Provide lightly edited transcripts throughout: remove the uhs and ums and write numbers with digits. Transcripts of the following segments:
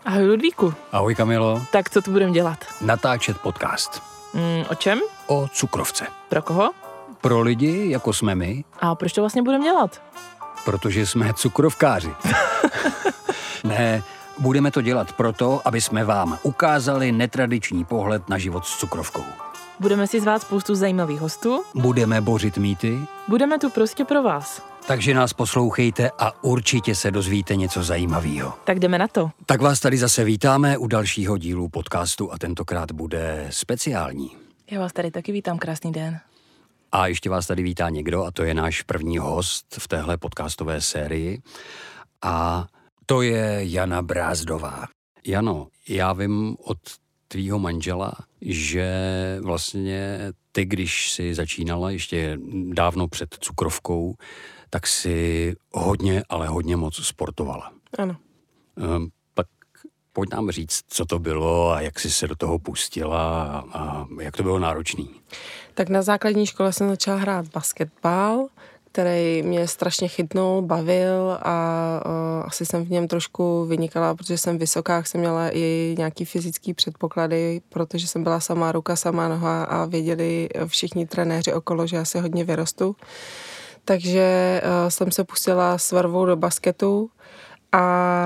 Ahoj Ludvíku. Ahoj Kamilo. Tak co tu budeme dělat? Natáčet podcast. O čem? O cukrovce. Pro koho? Pro lidi, jako jsme my. A proč to vlastně budeme dělat? Protože jsme cukrovkáři. Ne, budeme to dělat proto, aby jsme vám ukázali netradiční pohled na život s cukrovkou. Budeme si zvát spoustu zajímavých hostů. Budeme bořit mýty. Budeme tu prostě pro vás. Takže nás poslouchejte a určitě se dozvíte něco zajímavého. Tak jdeme na to. Tak vás tady zase vítáme u dalšího dílu podcastu a tentokrát bude speciální. Já vás tady taky vítám, krásný den. A ještě vás tady vítá někdo a to je náš první host v téhle podcastové sérii. A to je Jana Brázdová. Jano, já vím od tvýho manžela, že vlastně ty, když jsi začínala ještě dávno před cukrovkou, tak si hodně, ale hodně moc sportovala. Ano. Tak pojď nám říct, co to bylo a jak jsi se do toho pustila a jak to bylo náročný. Tak na základní škole jsem začala hrát basketbal, který mě strašně chytnul, bavil a asi jsem v něm trošku vynikala, protože jsem vysoká, jsem měla i nějaký fyzický předpoklady, protože jsem byla samá ruka, samá noha a věděli všichni trenéři okolo, že já se hodně vyrostu. Takže jsem se pustila s Varvou do basketu a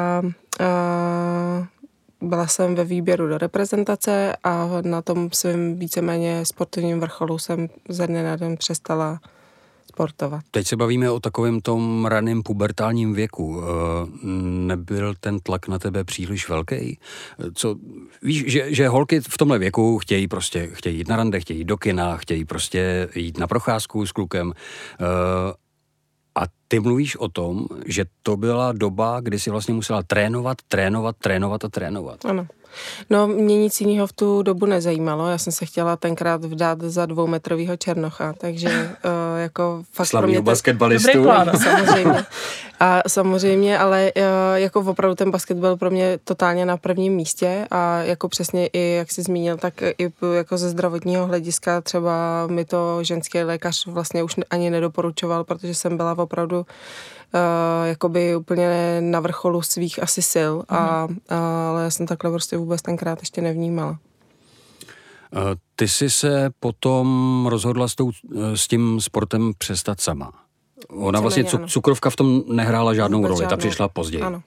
byla jsem ve výběru do reprezentace a na tom svým víceméně sportovním vrcholu jsem ze dne na den přestala sportovat. Teď se bavíme o takovém tom raném pubertálním věku. Nebyl ten tlak na tebe příliš velký? Co, víš, že holky v tomhle věku chtějí jít na rande, chtějí do kina, chtějí prostě jít na procházku s klukem. A ty mluvíš o tom, že to byla doba, kdy si vlastně musela trénovat. Ano. No, mě nic jiného v tu dobu nezajímalo. Já jsem se chtěla tenkrát vdát za 2metrovýho černocha, takže jako fakt slavného pro mě basketbalistu. Dobrý plán. Samozřejmě, ale jako opravdu ten basket byl pro mě totálně na prvním místě a jako přesně i, jak jsi zmínil, tak i jako ze zdravotního hlediska třeba mi to ženský lékař vlastně už ani nedoporučoval, protože jsem byla opravdu jakoby úplně na vrcholu svých asi sil, ale já jsem takhle prostě vůbec tenkrát ještě nevnímala. Ty jsi se potom rozhodla s tím sportem přestat sama. Ona vlastně cukrovka v tom nehrála žádnou vůbec roli, žádnou. Ta přišla později. Ano.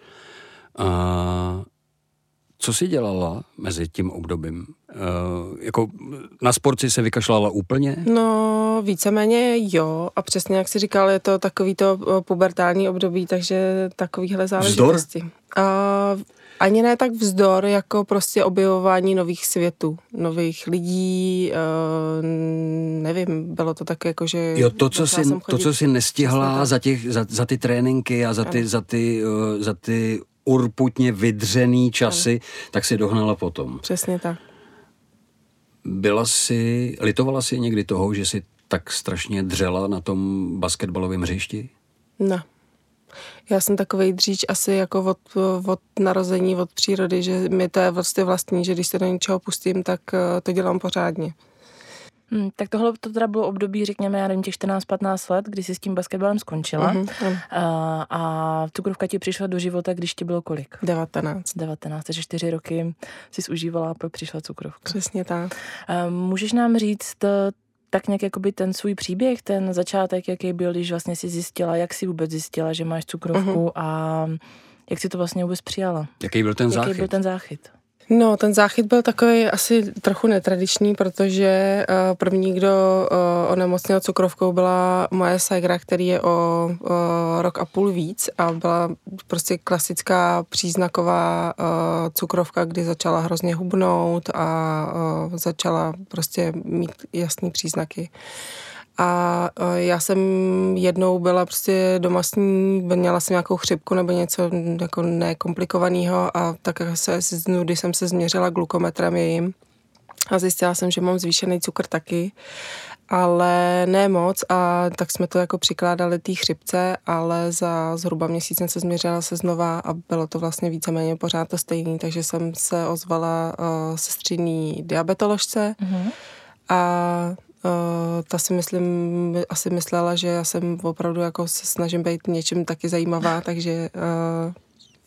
Co jsi dělala mezi tím obdobím? Jako na sport si se vykašlala úplně? No, víceméně jo. A přesně jak jsi říkal, je to takový to pubertální období, takže takovýhle záležitosti. Ani ne tak vzdor, jako prostě objevování nových světů, nových lidí, nevím, bylo to tak jako, že... Jo, to, co jsi nestihla za ty tréninky a za ty urputně vydřený časy, tak si dohnala potom. Přesně tak. Litovala jsi někdy toho, že jsi tak strašně dřela na tom basketbalovém hřišti? Ne. Já jsem takovej dříč asi jako od narození, od přírody, že mi to je vlastně vlastní, že když se do něčeho pustím, tak to dělám pořádně. Tak tohle to teda bylo období, řekněme, já nevím, těch 14-15 let, kdy jsi s tím basketbalem skončila. A cukrovka ti přišla do života, když ti bylo kolik? 19, takže 4 roky jsi užívala a pak přišla cukrovka. Přesně tak. Můžeš nám říct tak nějak jakoby ten svůj příběh, ten začátek, jaký byl, když vlastně si zjistila, jak si vůbec zjistila, že máš cukrovku a jak si to vlastně vůbec přijala? Jaký byl ten záchyt? No, ten záchyt byl takový asi trochu netradiční, protože první, kdo onemocněl cukrovkou, byla moje ségra, který je o rok a půl víc a byla prostě klasická příznaková cukrovka, kdy začala hrozně hubnout a začala prostě mít jasný příznaky. A já jsem jednou byla prostě doma s ní, měla jsem nějakou chřipku nebo něco jako nekomplikovaného a tak se z nudy jsem se změřila glukometrem jejím a zjistila jsem, že mám zvýšený cukr taky, ale ne moc a tak jsme to jako přikládali té chřipce, ale za zhruba měsíc jsem se změřila se znova a bylo to vlastně víceméně pořád to stejný, takže jsem se ozvala sestřiný diabetoložce a ta si myslím, asi myslela, že já jsem opravdu jako se snažím být něčím taky zajímavá, takže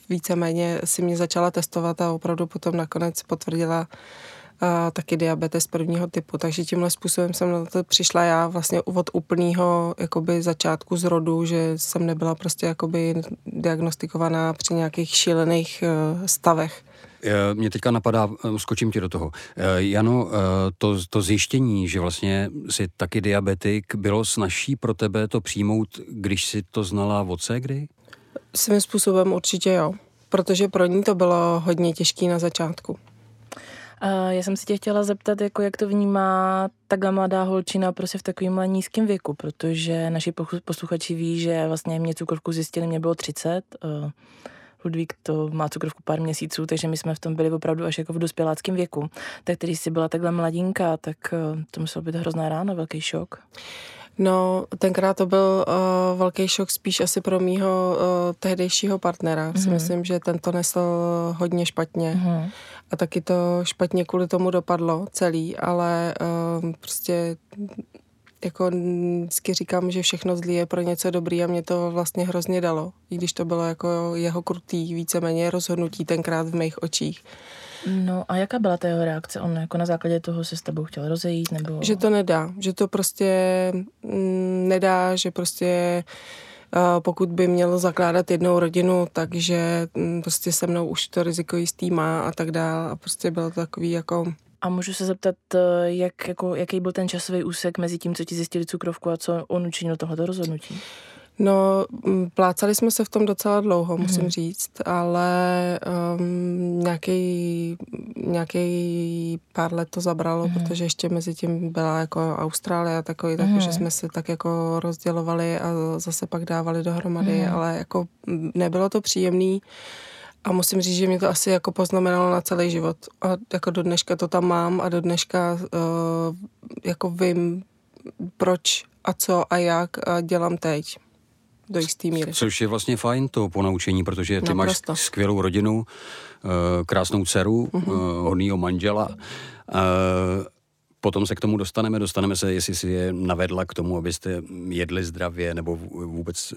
víceméně si mě začala testovat a opravdu potom nakonec potvrdila taky diabetes prvního typu, takže tímhle způsobem jsem na to přišla já vlastně od úplného jakoby začátku z rodu, že jsem nebyla prostě jakoby diagnostikovaná při nějakých šílených stavech. Mě teďka napadá, skočím ti do toho. Jano, to zjištění, že vlastně jsi taky diabetik, bylo snazší pro tebe to přijmout, když jsi to znala od kdy? Svým způsobem určitě jo, protože pro ní to bylo hodně těžké na začátku. Já jsem si tě chtěla zeptat, jako jak to vnímá takhle mladá holčina prostě v takovémhle nízkém věku, protože naši posluchači ví, že vlastně mě cukrovku zjistili, mě bylo 30, Ludvík to má cukrovku pár měsíců, takže my jsme v tom byli opravdu až jako v dospěláckém věku. Tak když jsi byla takhle mladinka, tak to muselo být hrozná rána, velký šok. No, tenkrát to byl velký šok spíš asi pro mýho tehdejšího partnera. Si myslím, že ten to nesl hodně špatně. A taky to špatně kvůli tomu dopadlo celý, ale prostě jako vždycky říkám, že všechno zlý je pro něco dobrý a mě to vlastně hrozně dalo. I když to bylo jako jeho krutý, víceméně rozhodnutí tenkrát v mých očích. No a jaká byla ta jeho reakce? On jako na základě toho se s tebou chtěl rozejít? Nebo... Že to nedá, že to prostě nedá, že prostě pokud by měl zakládat jednou rodinu, takže prostě se mnou už to riziko jistý má a tak dál a prostě bylo to takový jako... A můžu se zeptat, jaký byl ten časový úsek mezi tím, co ti zjistili cukrovku a co on učinil tohleto rozhodnutí? No, plácali jsme se v tom docela dlouho, musím říct, ale nějaký pár let to zabralo, protože ještě mezi tím byla jako Austrálie a takový, takže jsme se tak jako rozdělovali a zase pak dávali dohromady, ale jako nebylo to příjemný. A musím říct, že mě to asi jako poznamenalo na celý život. A jako do dneška to tam mám a do dneška jako vím, proč a co a jak dělám teď. Do jistý míry. Což je vlastně fajn to ponaučení, protože ty máš skvělou rodinu, krásnou dceru, hodnýho manžela. Potom se k tomu dostaneme se, jestli si je navedla k tomu, abyste jedli zdravě nebo vůbec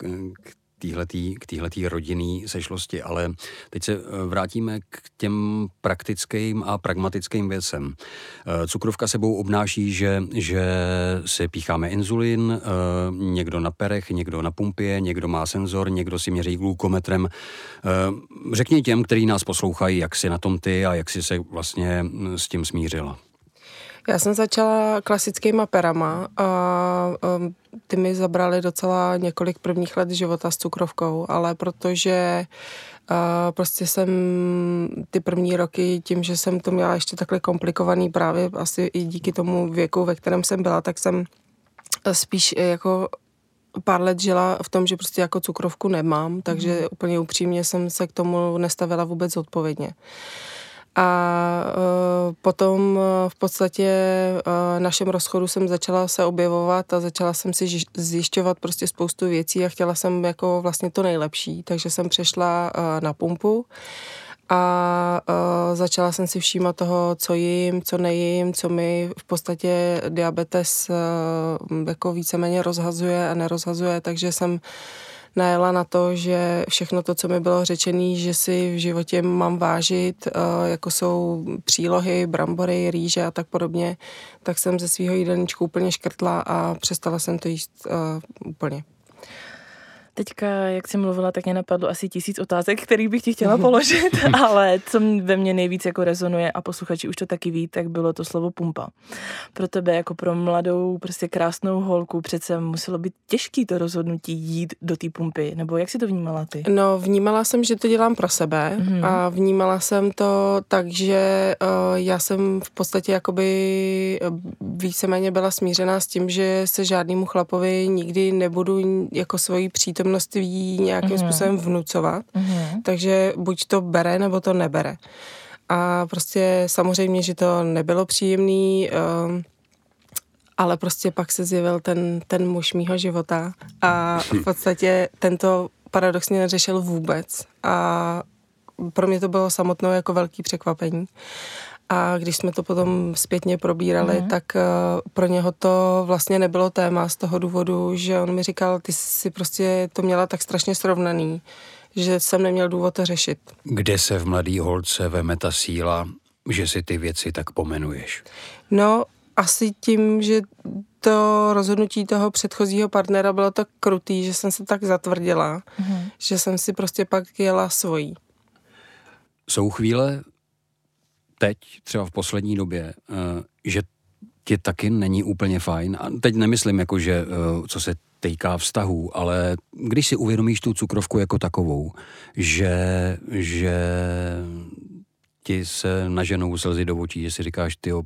k téhletý rodinný sešlosti, ale teď se vrátíme k těm praktickým a pragmatickým věcem. Cukrovka sebou obnáší, že si pícháme inzulin, někdo na perech, někdo na pumpě, někdo má senzor, někdo si měří glukometrem. Řekni těm, kteří nás poslouchají, jak jsi na tom ty a jak jsi se vlastně s tím smířila. Já jsem začala klasickýma perama a ty mi zabrali docela několik prvních let života s cukrovkou, ale protože prostě jsem ty první roky tím, že jsem to měla ještě takhle komplikovaný právě asi i díky tomu věku, ve kterém jsem byla, tak jsem spíš jako pár let žila v tom, že prostě jako cukrovku nemám, takže úplně upřímně jsem se k tomu nestavila vůbec odpovědně. A potom v podstatě našem rozchodu jsem začala se objevovat a začala jsem si zjišťovat prostě spoustu věcí a chtěla jsem jako vlastně to nejlepší, takže jsem přešla na pumpu a začala jsem si všímat toho, co jím, co nejím, co mi v podstatě diabetes jako víceméně rozhazuje a nerozhazuje, takže jsem najela na to, že všechno to, co mi bylo řečené, že si v životě mám vážit, jako jsou přílohy, brambory, rýže a tak podobně, tak jsem ze svého jídelníčku úplně škrtla a přestala jsem to jíst úplně. Teďka, jak jsi mluvila, tak mě napadlo asi 1000 otázek, kterých bych ti chtěla položit, ale co ve mně nejvíc jako rezonuje a posluchači už to taky ví, tak bylo to slovo pumpa. Pro tebe jako pro mladou, prostě krásnou holku přece muselo být těžký to rozhodnutí jít do té pumpy, nebo jak jsi to vnímala ty? No, vnímala jsem, že to dělám pro sebe a vnímala jsem to tak, že já jsem v podstatě jakoby víceméně byla smířená s tím, že se žádnému chlapovi nikdy nebudu jako svoji přítomností nějakým způsobem vnucovat, takže buď to bere, nebo to nebere. A prostě samozřejmě, že to nebylo příjemný, ale prostě pak se zjevil ten muž mýho života a v podstatě tento paradoxně neřešil vůbec a pro mě to bylo samotnou jako velký překvapení. A když jsme to potom zpětně probírali, tak pro něho to vlastně nebylo téma z toho důvodu, že on mi říkal, ty jsi prostě to měla tak strašně srovnaný, že jsem neměl důvod to řešit. Kde se v mladý holce veme ta síla, že si ty věci tak pomenuješ? No, asi tím, že to rozhodnutí toho předchozího partnera bylo tak krutý, že jsem se tak zatvrdila, že jsem si prostě pak jela svojí. Jsou chvíle teď, třeba v poslední době, že ti taky není úplně fajn. A teď nemyslím jako, že co se týká vztahů, ale když si uvědomíš tu cukrovku jako takovou, že ti se naženou slzy do očí, že si říkáš, tyjo,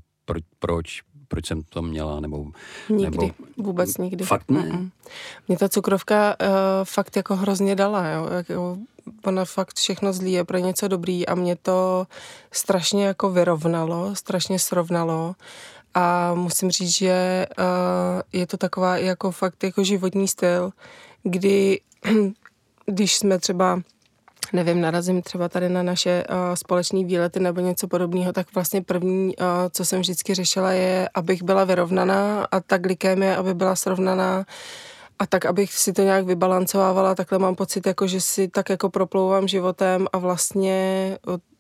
proč jsem to měla, nebo... Vůbec nikdy. Fakt ne? Mě ta cukrovka fakt jako hrozně dala, jo. Jako, ona fakt všechno zlý je pro něco dobrý a mě to strašně jako vyrovnalo, strašně srovnalo a musím říct, že je to taková jako fakt jako životní styl, kdy když jsme třeba nevím, narazím třeba tady na naše společné výlety nebo něco podobného, tak vlastně první, co jsem vždycky řešila, je, abych byla vyrovnaná a ta glykemie, aby byla srovnaná a tak, abych si to nějak vybalancovávala. Takhle mám pocit, jako, že si tak jako proplouvám životem a vlastně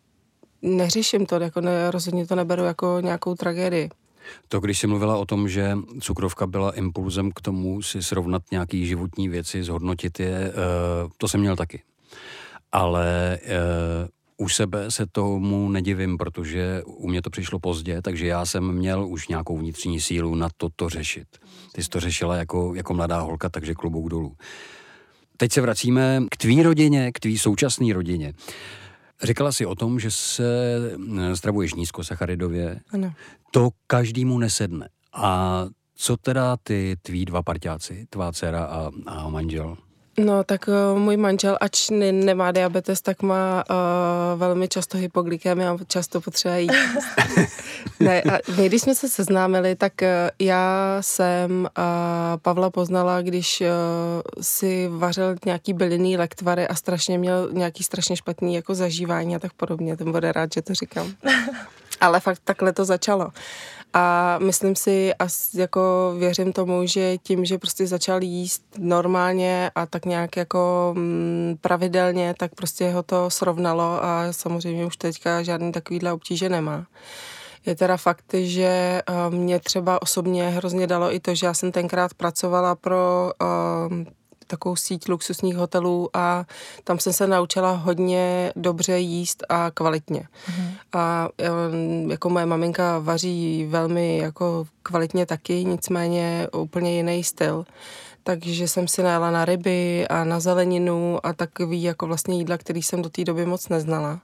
neřeším to, jako rozhodně to neberu jako nějakou tragédii. To, když jsi mluvila o tom, že cukrovka byla impulzem k tomu si srovnat nějaký životní věci, zhodnotit je, to jsem měl taky. Ale u sebe se tomu nedivím, protože u mě to přišlo pozdě, takže já jsem měl už nějakou vnitřní sílu na to řešit. Ty jsi to řešila jako mladá holka, takže klobouk dolů. Teď se vracíme k tvý rodině, k tvý současné rodině. Říkala jsi o tom, že se stravuješ nízkosacharidově. Ano. To každému nesedne. A co teda ty tví dva parťáci, tvá dcera a manžel? No, tak můj manžel, ač nemá diabetes, tak má velmi často hypoglykemii a často potřebuje jíst. Ne, a my, když jsme se seznámili, tak já jsem Pavla poznala, když si vařil nějaký bylinný lektvary a strašně měl nějaký strašně špatný jako zažívání a tak podobně. Ten bude rád, že to říkám. Ale fakt takhle to začalo. A myslím si, a jako věřím tomu, že tím, že prostě začal jíst normálně a tak nějak jako pravidelně, tak prostě ho to srovnalo a samozřejmě už teďka žádný takovýhle obtíže nemá. Je teda fakt, že mě třeba osobně hrozně dalo i to, že já jsem tenkrát pracovala pro takovou síť luxusních hotelů a tam jsem se naučila hodně dobře jíst a kvalitně. A jako moje maminka vaří velmi jako kvalitně taky, nicméně úplně jiný styl. Takže jsem si najela na ryby a na zeleninu a takový jako vlastně jídla, který jsem do té doby moc neznala.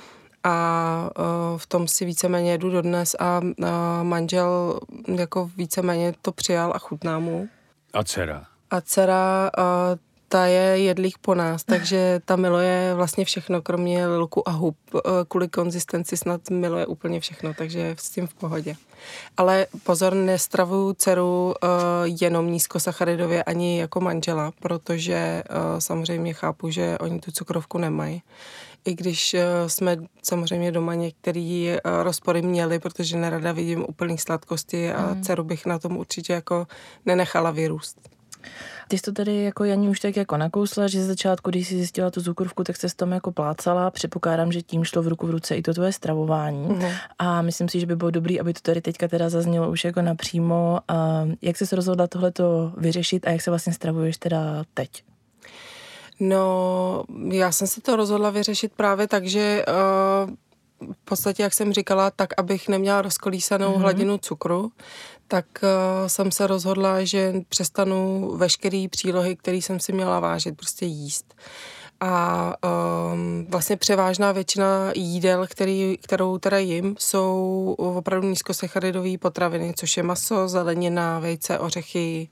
A v tom si víceméně jedu dodnes a manžel jako víceméně to přijal a chutná mu. A dcera? A dcera, ta je jedlík po nás, takže ta miluje vlastně všechno, kromě lilku a hub. Kvůli konzistenci snad miluje úplně všechno, takže s tím v pohodě. Ale pozor, nestravuju dceru jenom nízkosacharidově ani jako manžela, protože samozřejmě chápu, že oni tu cukrovku nemají. I když jsme samozřejmě doma některý rozpory měli, protože nerada vidím úplný sladkosti a dceru bych na tom určitě jako nenechala vyrůst. Ty jsi to tady jako Janí už tak jako nakousla, že ze začátku, když jsi zjistila tu cukrovku, tak jsi s tom jako plácala. Předpokládám, že tím šlo v ruku v ruce i to tvoje stravování. A myslím si, že by bylo dobré, aby to tady teďka teda zaznělo už jako napřímo. Jak jsi se rozhodla tohleto vyřešit a jak se vlastně stravuješ teda teď? No, já jsem se to rozhodla vyřešit právě tak, že v podstatě, jak jsem říkala, tak abych neměla rozkolísanou hladinu cukru, tak jsem se rozhodla, že přestanu veškeré přílohy, které jsem si měla vážit, prostě jíst. A vlastně převážná většina jídel, kterou teda jim, jsou opravdu nízkosacharidové potraviny, což je maso, zelenina, vejce, ořechy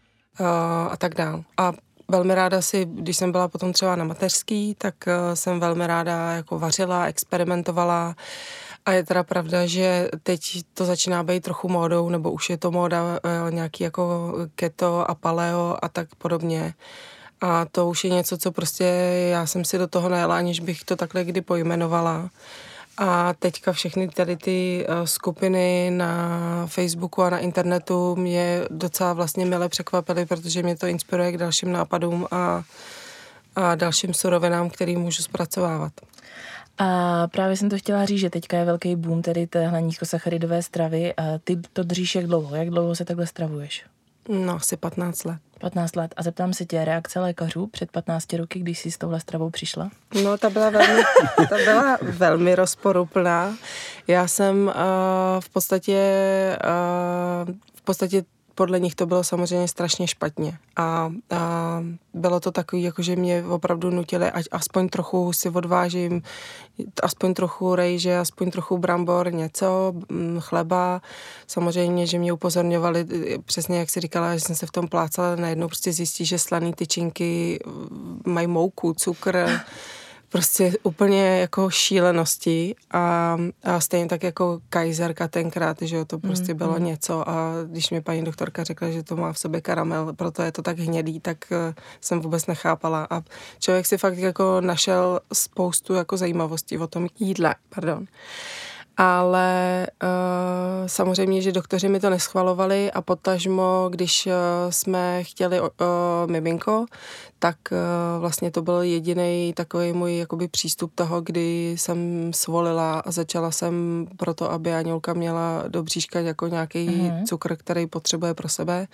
a tak dál. A velmi ráda si, když jsem byla potom třeba na mateřský, tak jsem velmi ráda jako vařila, experimentovala a je teda pravda, že teď to začíná být trochu módou, nebo už je to móda nějaký jako keto a paleo a tak podobně. A to už je něco, co prostě já jsem si do toho najela, aniž bych to takhle kdy pojmenovala. A teďka všechny tady ty skupiny na Facebooku a na internetu mě docela vlastně mile překvapily, protože mě to inspiruje k dalším nápadům a a dalším surovinám, který můžu zpracovávat. A právě jsem to chtěla říct, že teďka je velký boom tedy téhle nízkosacharidové stravy. A ty to držíš jak dlouho? Jak dlouho se takhle stravuješ? No, asi 15 let. 15 let. A zeptám se tě, reakce lékařů před 15 roky, když jsi s touhle stravou přišla? No, ta byla velmi rozporuplná. Já jsem v podstatě podle nich to bylo samozřejmě strašně špatně. A bylo to takový, jakože mě opravdu nutili, ať aspoň trochu si odvážím, aspoň trochu rejže, aspoň trochu brambor, něco, chleba. Samozřejmě, že mě upozorňovali, přesně jak si říkala, že jsem se v tom plácala, najednou prostě zjistí, že slaný tyčinky mají mouku, cukr, prostě úplně jako šílenosti a stejně tak jako kajzerka tenkrát, že jo, to prostě bylo něco a když mi paní doktorka řekla, že to má v sobě karamel, proto je to tak hnědý, tak jsem vůbec nechápala a člověk si fakt jako našel spoustu jako zajímavostí o tom jídle, Ale samozřejmě, že doktoři mi to neschvalovali a potažmo, když jsme chtěli miminko, tak vlastně to byl jediný takový můj jakoby přístup toho, kdy jsem svolila a začala jsem proto, aby Aňulka měla do bříška jako nějaký cukr, který potřebuje pro sebe,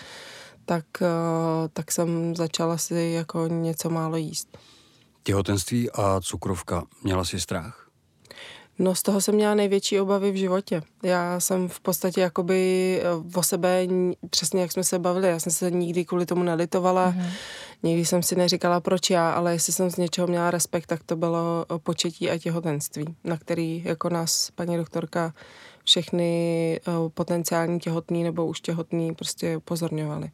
tak jsem začala si jako něco málo jíst. Těhotenství a cukrovka, měla jsi strach? No z toho jsem měla největší obavy v životě. Já jsem v podstatě jakoby o sebe, přesně jak jsme se bavili, já jsem se nikdy kvůli tomu nelitovala, nikdy jsem si neříkala proč já, ale jestli jsem z něčeho měla respekt, tak to bylo početí a těhotenství, na který jako nás paní doktorka všechny potenciální těhotný nebo už těhotný prostě upozorňovali.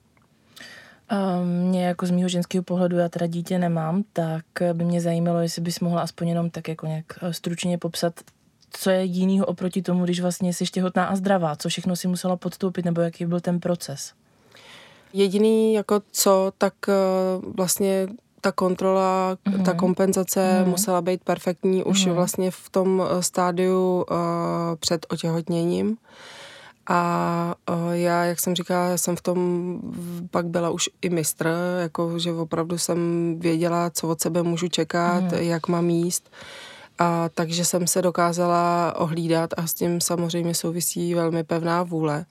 Mě jako z mýho ženského pohledu, já teda dítě nemám, tak by mě zajímalo, jestli bys mohla aspoň jenom tak jako nějak stručně popsat, co je jinýho oproti tomu, když vlastně jsi těhotná a zdravá, co všechno si musela podstoupit, nebo jaký byl ten proces? Jediný jako co, tak vlastně ta kontrola, ta kompenzace musela být perfektní už vlastně v tom stádiu před otěhotněním. A já, jak jsem říkala, jsem v tom pak byla už i mistr, jako že opravdu jsem věděla, co od sebe můžu čekat, jak mám jíst. A takže jsem se dokázala ohlídat a s tím samozřejmě souvisí velmi pevná vůle.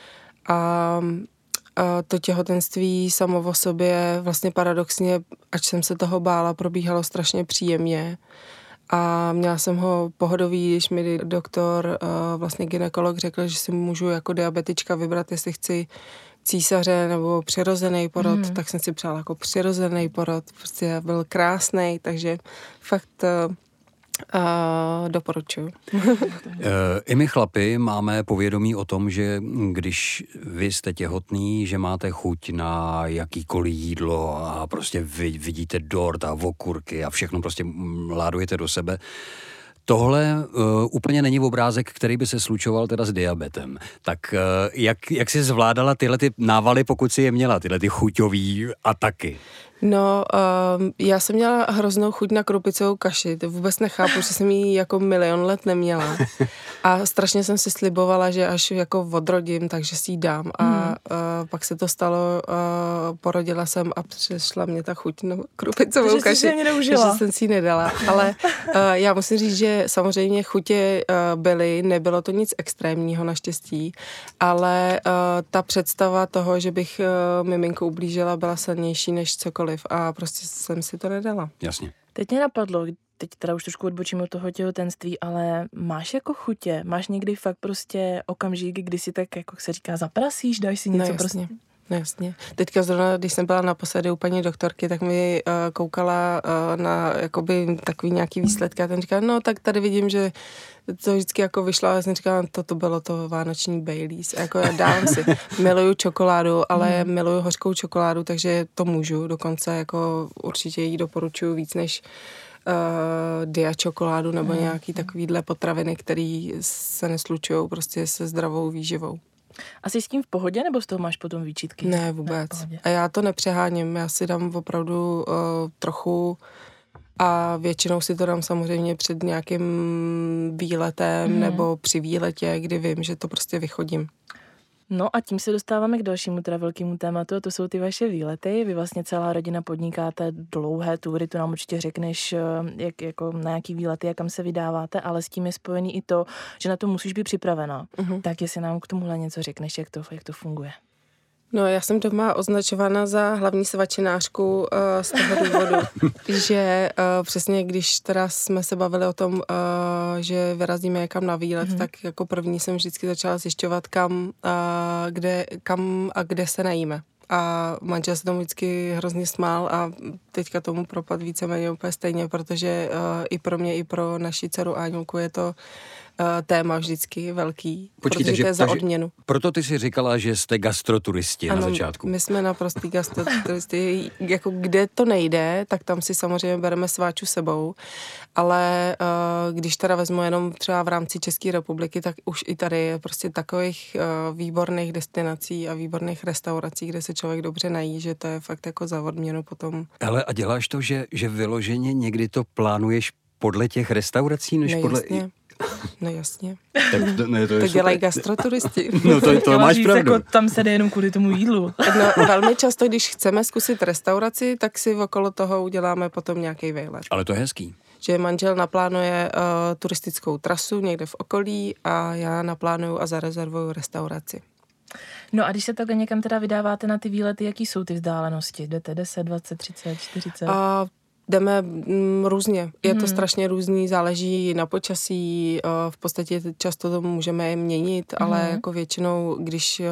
A to těhotenství samo o sobě vlastně paradoxně, ač jsem se toho bála, probíhalo strašně příjemně. A měla jsem ho pohodový, když mi doktor, vlastně gynekolog řekl, že si můžu jako diabetička vybrat, jestli chci císaře nebo přirozený porod, tak jsem si přála jako přirozený porod, prostě byl krásný, takže fakt doporučuji. I my chlapi máme povědomí o tom, že když vy jste těhotný, že máte chuť na jakýkoliv jídlo a prostě vidíte dort a okurky a všechno prostě ládujete do sebe. Tohle úplně není obrázek, který by se slučoval teda s diabetem. Tak jak jsi zvládala tyhle ty návaly, pokud jsi je měla, tyhle ty chuťový ataky? No, já jsem měla hroznou chuť na krupicovou kaši, to vůbec nechápu, že jsem ji jako 1 000 000 let neměla a strašně jsem si slibovala, že až jako odrodím, takže si ji dám a pak se to stalo, porodila jsem a přišla mě ta chuť na krupicovou kaši, takže jsem si ji nedala, ale já musím říct, že samozřejmě chutě byly, nebylo to nic extrémního naštěstí, ale ta představa toho, že bych miminku ublížila, byla silnější než cokoliv. A prostě jsem si to nedala. Jasně. Teď mě napadlo, teď teda už trošku odbočím od toho těhotenství, ale máš jako chutě, máš někdy fakt prostě okamžik, kdy si tak, jako se říká, zaprasíš, dáš si něco prostě? No jasně. Teďka zrovna, když jsem byla naposledy u paní doktorky, tak mi koukala na jakoby takový nějaký výsledky a ten říkala, no tak tady vidím, že to vždycky jako vyšlo a já jsem říkala, toto bylo to vánoční Baileys. A jako já dávám si, miluju čokoládu, ale miluju hořkou čokoládu, takže to můžu, dokonce jako určitě jí doporučuji víc než dia čokoládu nebo nějaký takovýhle potraviny, které se neslučují prostě se zdravou výživou. A jsi s tím v pohodě, nebo z toho máš potom výčitky? Ne, vůbec. A já to nepřeháním, já si dám opravdu trochu a většinou si to dám samozřejmě před nějakým výletem nebo při výletě, kdy vím, že to prostě vychodím. No a tím se dostáváme k dalšímu teda velkému tématu, a to jsou ty vaše výlety. Vy vlastně celá rodina podnikáte dlouhé tury, to nám určitě řekneš, jako na jaký výlety a kam se vydáváte, ale s tím je spojený i to, že na to musíš být připravená. Tak jestli nám k tomuhle něco řekneš, jak to funguje. No, já jsem doma označována za hlavní svačinářku z toho důvodu, že přesně když teda jsme se bavili o tom, že vyrazíme někam na výlet, tak jako první jsem vždycky začala zjišťovat, kam a kde se najíme. A manžel se tomu vždycky hrozně smál a teďka tomu propad víceméně úplně stejně, protože i pro mě, i pro naši dceru Áňulku je to téma vždycky velký, protože to je za odměnu. Proto ty si říkala, že jste gastroturisti na začátku. My jsme naprostý gastroturisti. Jako kde to nejde, tak tam si samozřejmě bereme sváču sebou, ale když teda vezmu jenom třeba v rámci České republiky, tak už i tady je prostě takových výborných destinací a výborných restaurací, kde se člověk dobře nají, že to je fakt jako za odměnu potom. Ale a děláš to, že vyloženě někdy to plánuješ podle těch restaurací, než podle... No jasně. To dělají gastroturisti. No to máš pravdu. Jako tam se jde jenom kvůli tomu jídlu. No, velmi často, když chceme zkusit restauraci, tak si okolo toho uděláme potom nějaký výlet. Ale to je hezký. Že manžel naplánuje turistickou trasu někde v okolí a já naplánuju a zarezervuju restauraci. No a když se takhle někam teda vydáváte na ty výlety, jaký jsou ty vzdálenosti? Jdete 10, 20, 30, 40? Jdeme různě. Je to strašně různý, záleží na počasí, v podstatě často to můžeme měnit, ale jako většinou, když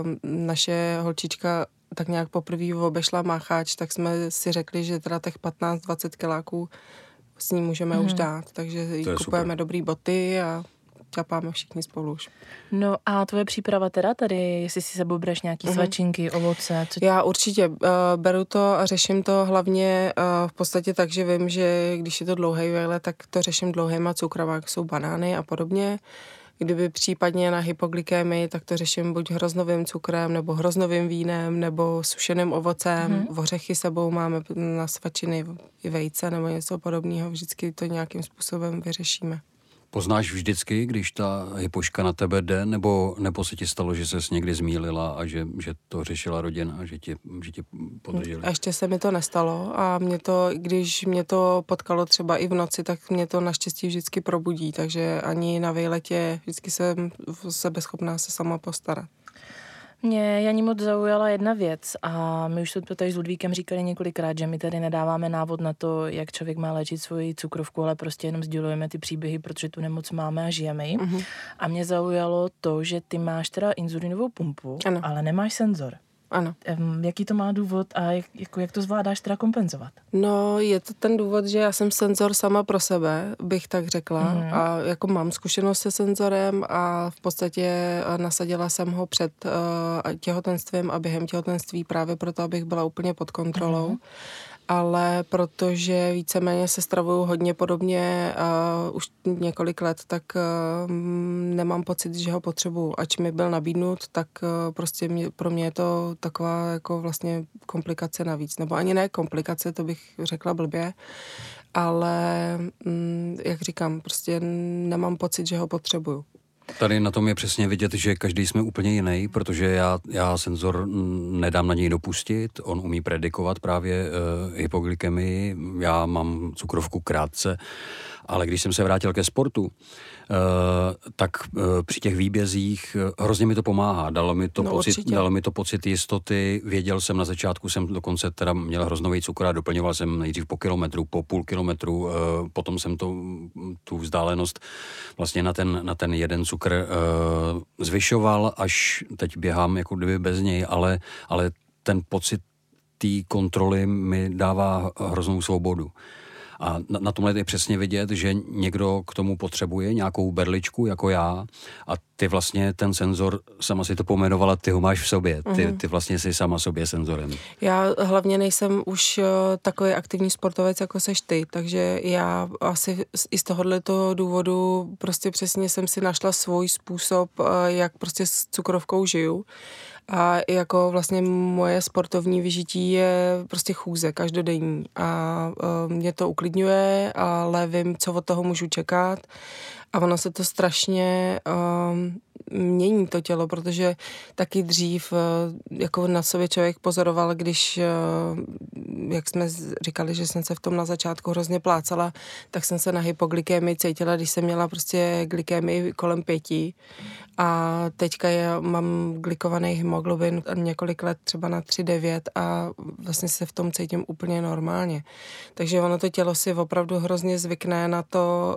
naše holčička tak nějak poprvé obešla Mácháč, tak jsme si řekli, že teda těch 15-20 kiláků s ní můžeme už dát, takže jí kupujeme dobrý boty a čapáme všichni spolu už. No a tvoje příprava teda tady, jestli si sebou bereš nějaký svačinky, ovoce? Já určitě beru to a řeším to hlavně v podstatě tak, že vím, že když je to dlouhý výlet, tak to řeším dlouhýma cukrama, jako jsou banány a podobně. Kdyby případně na hypoglykémii, tak to řeším buď hroznovým cukrem, nebo hroznovým vínem, nebo sušeným ovocem. Ořechy sebou máme na svačiny i vejce nebo něco podobného. Vždycky to nějakým způsobem vyřešíme. Poznáš vždycky, když ta hypoška na tebe jde, nebo se ti stalo, že ses někdy zmýlila a že to řešila rodina a že tě podrželi? A ještě se mi to nestalo a když mě to potkalo třeba i v noci, tak mě to naštěstí vždycky probudí, takže ani na výletě vždycky jsem sebeschopná se sama postarat. Mě Janí moc zaujala jedna věc a my už to tady s Ludvíkem říkali několikrát, že my tady nedáváme návod na to, jak člověk má léčit svoji cukrovku, ale prostě jenom sdělujeme ty příběhy, protože tu nemoc máme a žijeme ji. A mě zaujalo to, že ty máš teda inzulinovou pumpu, ale nemáš senzor. Ano. Jaký to má důvod a jak to zvládáš teda kompenzovat? No, je to ten důvod, že já jsem senzor sama pro sebe, bych tak řekla. A jako mám zkušenost se senzorem a v podstatě nasadila jsem ho před těhotenstvím a během těhotenství právě proto, abych byla úplně pod kontrolou. Ale protože víceméně se stravuju hodně podobně už několik let, tak nemám pocit, že ho potřebuju. Ač mi byl nabídnut, tak prostě pro mě je to taková jako vlastně komplikace navíc. Nebo ani ne komplikace, to bych řekla blbě, ale jak říkám, prostě nemám pocit, že ho potřebuju. Tady na tom je přesně vidět, že každý jsme úplně jiný, protože já senzor nedám na něj dopustit, on umí predikovat právě hypoglykemii, já mám cukrovku krátce, ale když jsem se vrátil ke sportu, tak při těch výbězích hrozně mi to pomáhá. Dalo mi to pocit jistoty. Věděl jsem, na začátku jsem dokonce teda měl hroznový cukr a doplňoval jsem nejdřív po kilometru, po půl kilometru, potom jsem tu vzdálenost vlastně na ten jeden cukr zvyšoval, až teď běhám jako kdyby bez něj, ale ten pocit té kontroly mi dává hroznou svobodu. A na tomhle je přesně vidět, že někdo k tomu potřebuje nějakou berličku, jako já, a ty vlastně ten senzor, sama si to pojmenovala, ty ho máš v sobě. Ty vlastně jsi sama sobě senzorem. Já hlavně nejsem už takový aktivní sportovec, jako seš ty, takže já asi i z tohoto důvodu prostě přesně jsem si našla svůj způsob, jak prostě s cukrovkou žiju. A jako vlastně moje sportovní vyžití je prostě chůze každodenní a mě to uklidňuje, ale vím, co od toho můžu čekat A ono se to strašně mění to tělo, protože taky dřív jako na sobě člověk pozoroval, když, jak jsme říkali, že jsem se v tom na začátku hrozně plácala, tak jsem se na hypoglykemii cítila, když jsem měla prostě glykemii kolem 5. A teďka mám glykovaný hemoglobin několik let třeba na 3,9 a vlastně se v tom cítím úplně normálně. Takže ono to tělo si opravdu hrozně zvykne na to,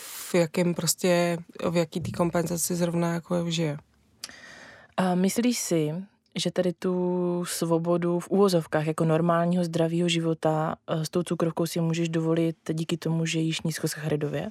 v jaký té kompenzaci zrovna jako žije. A myslíš si, že tady tu svobodu v úvozovkách jako normálního zdravého života s tou cukrovkou si můžeš dovolit díky tomu, že jíš nízkosacharidově?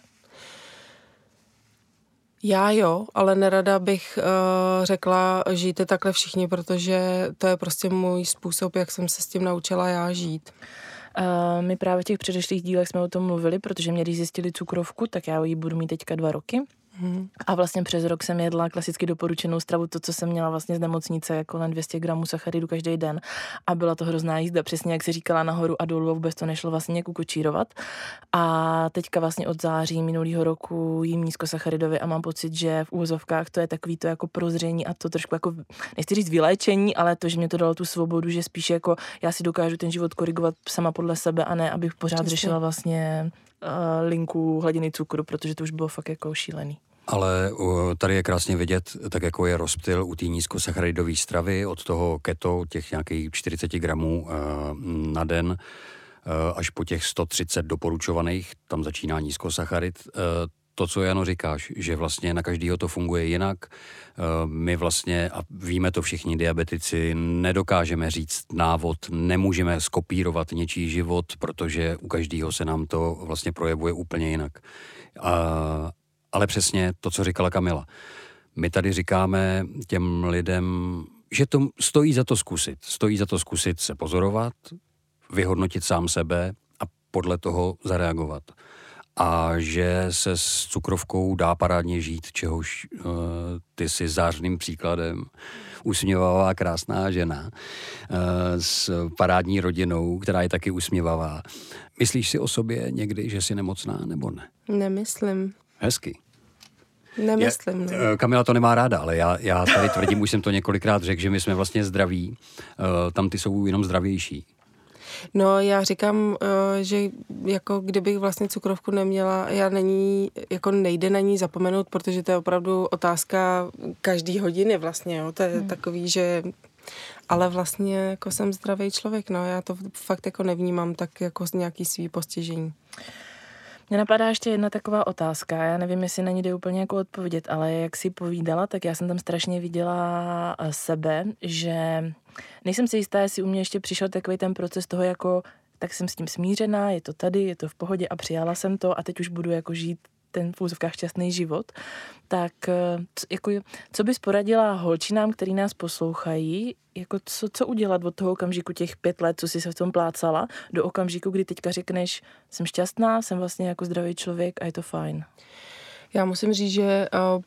Já jo, ale nerada bych řekla, žijte takhle všichni, protože to je prostě můj způsob, jak jsem se s tím naučila já žít. My právě v těch předešlých dílech jsme o tom mluvili, protože mě když zjistili cukrovku, tak já ji budu mít teďka 2 roky. A vlastně přes rok jsem jedla klasicky doporučenou stravu, to, co jsem měla vlastně z nemocnice, jako len 200 gramů sacharidu každý den. A byla to hrozná jízda, přesně jak si říkala, nahoru a dolů, vůbec to nešlo vlastně nějak ukočírovat. A teďka vlastně od září minulého roku jím nízkosacharidově a mám pocit, že v úvozovkách to je takový to jako prozření a to trošku jako, nechci říct vyléčení, ale to, že mě to dalo tu svobodu, že spíš jako já si dokážu ten život korigovat sama podle sebe a ne, abych pořád řešila vlastně linku hladiny cukru, protože to už bylo fakt jako šílený. Ale tady je krásně vidět, tak jako je rozptyl u té nízkosacharidové stravy, od toho keto, těch nějakých 40 gramů na den, až po těch 130 doporučovaných, tam začíná nízkosacharid. To, co Jano říkáš, že vlastně na každýho to funguje jinak. My vlastně, a víme to všichni diabetici, nedokážeme říct návod, nemůžeme skopírovat něčí život, protože u každého se nám to vlastně projevuje úplně jinak. Ale přesně to, co říkala Kamila. My tady říkáme těm lidem, že to stojí za to zkusit. Stojí za to zkusit se pozorovat, vyhodnotit sám sebe a podle toho zareagovat. A že se s cukrovkou dá parádně žít, čehož ty jsi zářným příkladem. Usměvavá, krásná žena s parádní rodinou, která je taky usměvavá. Myslíš si o sobě někdy, že jsi nemocná, nebo ne? Nemyslím. Hezky. Nemyslím, ne. Kamila to nemá ráda, ale já tady tvrdím, už jsem to několikrát řekl, že my jsme vlastně zdraví, tam ty jsou jenom zdravější. No, já říkám, že jako kdybych vlastně cukrovku neměla, nejde na ní zapomenout, protože to je opravdu otázka každý hodiny vlastně, jo. To je takový, že ale vlastně jako jsem zdravý člověk, no, já to fakt jako nevnímám tak jako nějaký svý postižení. Mně napadá ještě jedna taková otázka, já nevím, jestli na ní jde úplně jako odpovědět, ale jak si povídala, tak já jsem tam strašně viděla sebe, že nejsem si jistá, jestli u mě ještě přišel takový ten proces toho jako, tak jsem s tím smířená, je to tady, je to v pohodě a přijala jsem to a teď už budu jako žít ten v úzovkách šťastný život. Tak jako, co bys poradila holčinám, který nás poslouchají, jako co udělat od toho okamžiku těch 5 let, co jsi se v tom plácala, do okamžiku, kdy teďka řekneš, jsem šťastná, jsem vlastně jako zdravý člověk a je to fajn. Já musím říct, že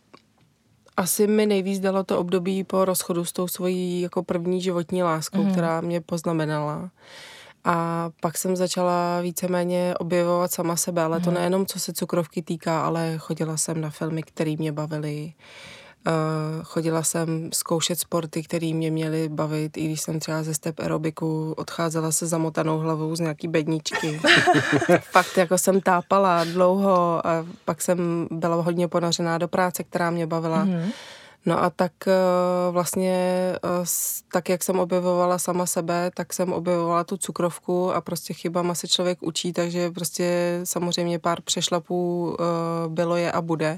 asi mi nejvíc dalo to období po rozchodu s tou svojí jako první životní láskou, která mě poznamenala. A pak jsem začala víceméně objevovat sama sebe, ale to nejenom co se cukrovky týká, ale chodila jsem na filmy, které mě bavily. Chodila jsem zkoušet sporty, které mě měly bavit, i když jsem třeba ze step aerobiku odcházela se zamotanou hlavou z nějaký bedničky. Fakt jako jsem tápala dlouho a pak jsem byla hodně ponořená do práce, která mě bavila. No a tak vlastně, tak jak jsem objevovala sama sebe, tak jsem objevovala tu cukrovku a prostě chybama se člověk učí, takže prostě samozřejmě pár přešlapů bylo je a bude.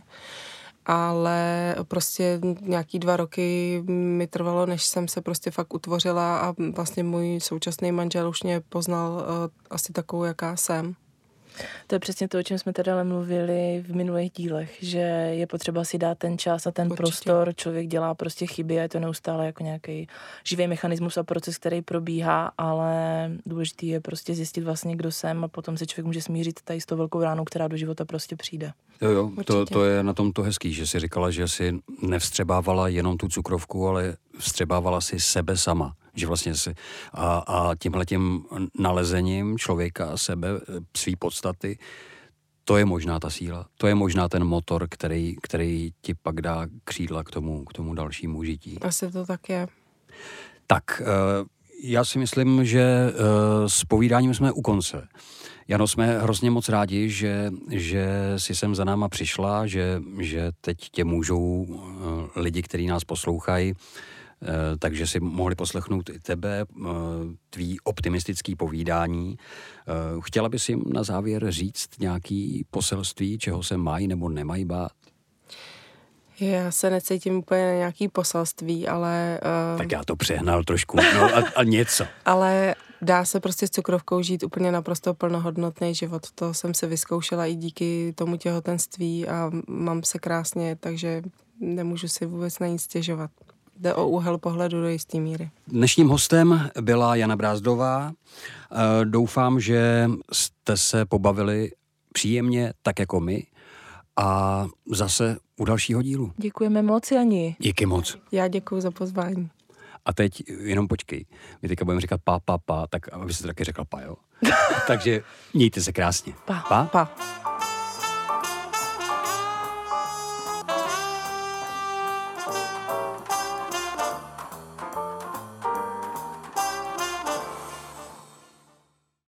Ale prostě nějaký 2 roky mi trvalo, než jsem se prostě fakt utvořila a vlastně můj současný manžel už mě poznal asi takovou, jaká jsem. To je přesně to, o čem jsme tady ale mluvili v minulých dílech, že je potřeba si dát ten čas a ten prostor, člověk dělá prostě chyby a je to neustále jako nějaký živý mechanismus a proces, který probíhá, ale důležitý je prostě zjistit vlastně, kdo jsem a potom se člověk může smířit tady s tou velkou ránou, která do života prostě přijde. Jo, to je na tom to hezký, že jsi říkala, že jsi nevstřebávala jenom tu cukrovku, ale vstřebávala si sebe sama. Že vlastně si a tímhletím nalezením člověka, sebe, svý podstaty, to je možná ta síla, to je možná ten motor, který ti pak dá křídla k tomu dalšímu žití. Asi to tak je. Tak, já si myslím, že s povídáním jsme u konce. Jano, jsme hrozně moc rádi, že jsi sem za náma přišla, že teď tě můžou lidi, kteří nás poslouchají, takže si mohli poslechnout i tebe, tvý optimistický povídání. Chtěla bys jim na závěr říct nějaký poselství, čeho se mají nebo nemají bát? Já se necítím úplně na nějaký poselství, ale... Tak já to přehnal trošku, no a něco. Ale dá se prostě s cukrovkou žít úplně naprosto plnohodnotný život. To jsem se vyzkoušela i díky tomu těhotenství a mám se krásně, takže nemůžu si vůbec na nic stěžovat. Jde o úhel pohledu do jisté míry. Dnešním hostem byla Jana Brázdová. Doufám, že jste se pobavili příjemně, tak jako my. A zase u dalšího dílu. Děkujeme moc, Jani. Díky moc. Já děkuju za pozvání. A teď jenom počkej. My teďka budeme říkat pa, tak aby se to taky řekla pa, jo? Takže mějte se krásně. Pa.